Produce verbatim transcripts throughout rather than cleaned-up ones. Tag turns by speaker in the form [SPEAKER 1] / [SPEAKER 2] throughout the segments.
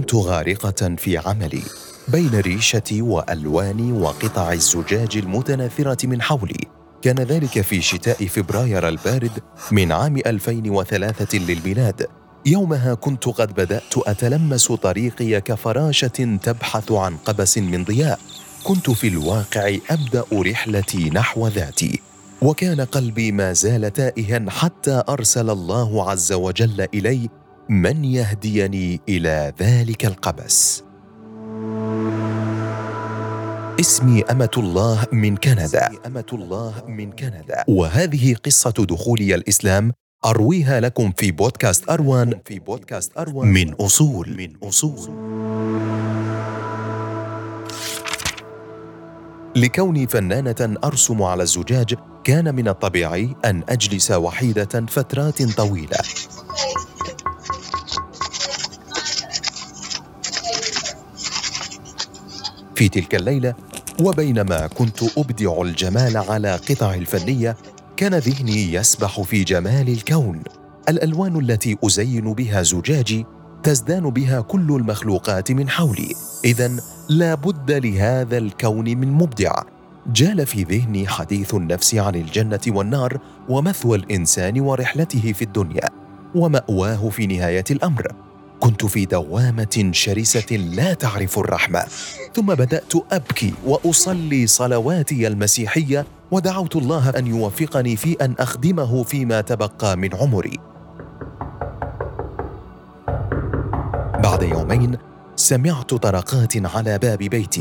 [SPEAKER 1] كنت غارقة في عملي بين ريشتي وألواني وقطع الزجاج المتناثرة من حولي. كان ذلك في شتاء فبراير البارد من عام ألفين وثلاثة للميلاد. يومها كنت قد بدأت أتلمس طريقي كفراشة تبحث عن قبس من ضياء. كنت في الواقع أبدأ رحلتي نحو ذاتي، وكان قلبي ما زال تائها حتى أرسل الله عز وجل إلي من يهديني إلى ذلك القبس. اسمي أمة الله من كندا. أمة الله من كندا، وهذه قصة دخولي الإسلام أرويها لكم في بودكاست أروان في بودكاست أروان من أصول من أصول. لكوني فنانة أرسم على الزجاج، كان من الطبيعي أن أجلس وحيدة فترات طويلة. في تلك الليلة، وبينما كنت أبدع الجمال على قطع الفنية، كان ذهني يسبح في جمال الكون. الألوان التي أزين بها زجاجي تزدان بها كل المخلوقات من حولي، إذن لا بد لهذا الكون من مبدع. جال في ذهني حديث النفس عن الجنة والنار ومثوى الإنسان ورحلته في الدنيا ومأواه في نهاية الأمر. كنت في دوامة شرسة لا تعرف الرحمة، ثم بدأت أبكي وأصلي صلواتي المسيحية، ودعوت الله أن يوفقني في أن أخدمه فيما تبقى من عمري. بعد يومين سمعت طرقات على باب بيتي،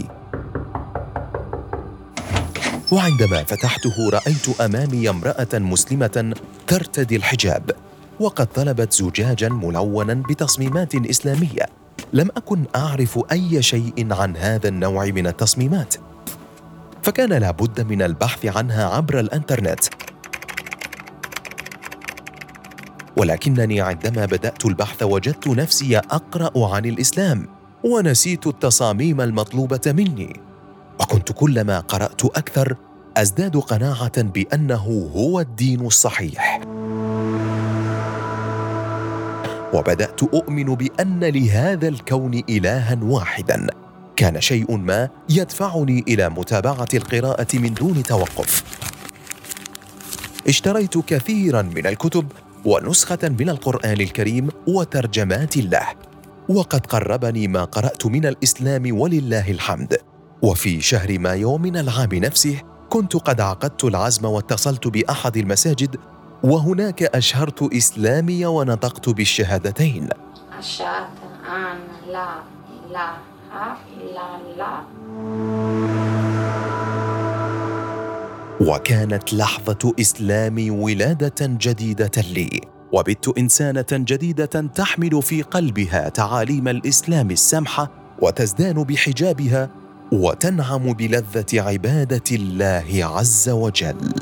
[SPEAKER 1] وعندما فتحته رأيت أمامي امرأة مسلمة ترتدي الحجاب، وقد طلبت زجاجاً ملوناً بتصميمات إسلامية. لم أكن أعرف أي شيء عن هذا النوع من التصميمات، فكان لابد من البحث عنها عبر الإنترنت. ولكنني عندما بدأت البحث وجدت نفسي أقرأ عن الإسلام ونسيت التصاميم المطلوبة مني، وكنت كلما قرأت أكثر أزداد قناعة بأنه هو الدين الصحيح. وبدأت أؤمن بأن لهذا الكون إلهاً واحداً. كان شيء ما يدفعني إلى متابعة القراءة من دون توقف. اشتريت كثيراً من الكتب ونسخة من القرآن الكريم وترجمات له، وقد قربني ما قرأت من الإسلام ولله الحمد. وفي شهر مايو من العام نفسه كنت قد عقدت العزم واتصلت بأحد المساجد، وهناك أشهرت إسلامي ونطقت بالشهادتين:
[SPEAKER 2] أشهد أن لا إله إلا الله.
[SPEAKER 1] وكانت لحظة إسلامي ولادة جديدة لي، وبت إنسانة جديدة تحمل في قلبها تعاليم الإسلام السمحة، وتزدان بحجابها، وتنعم بلذة عبادة الله عز وجل.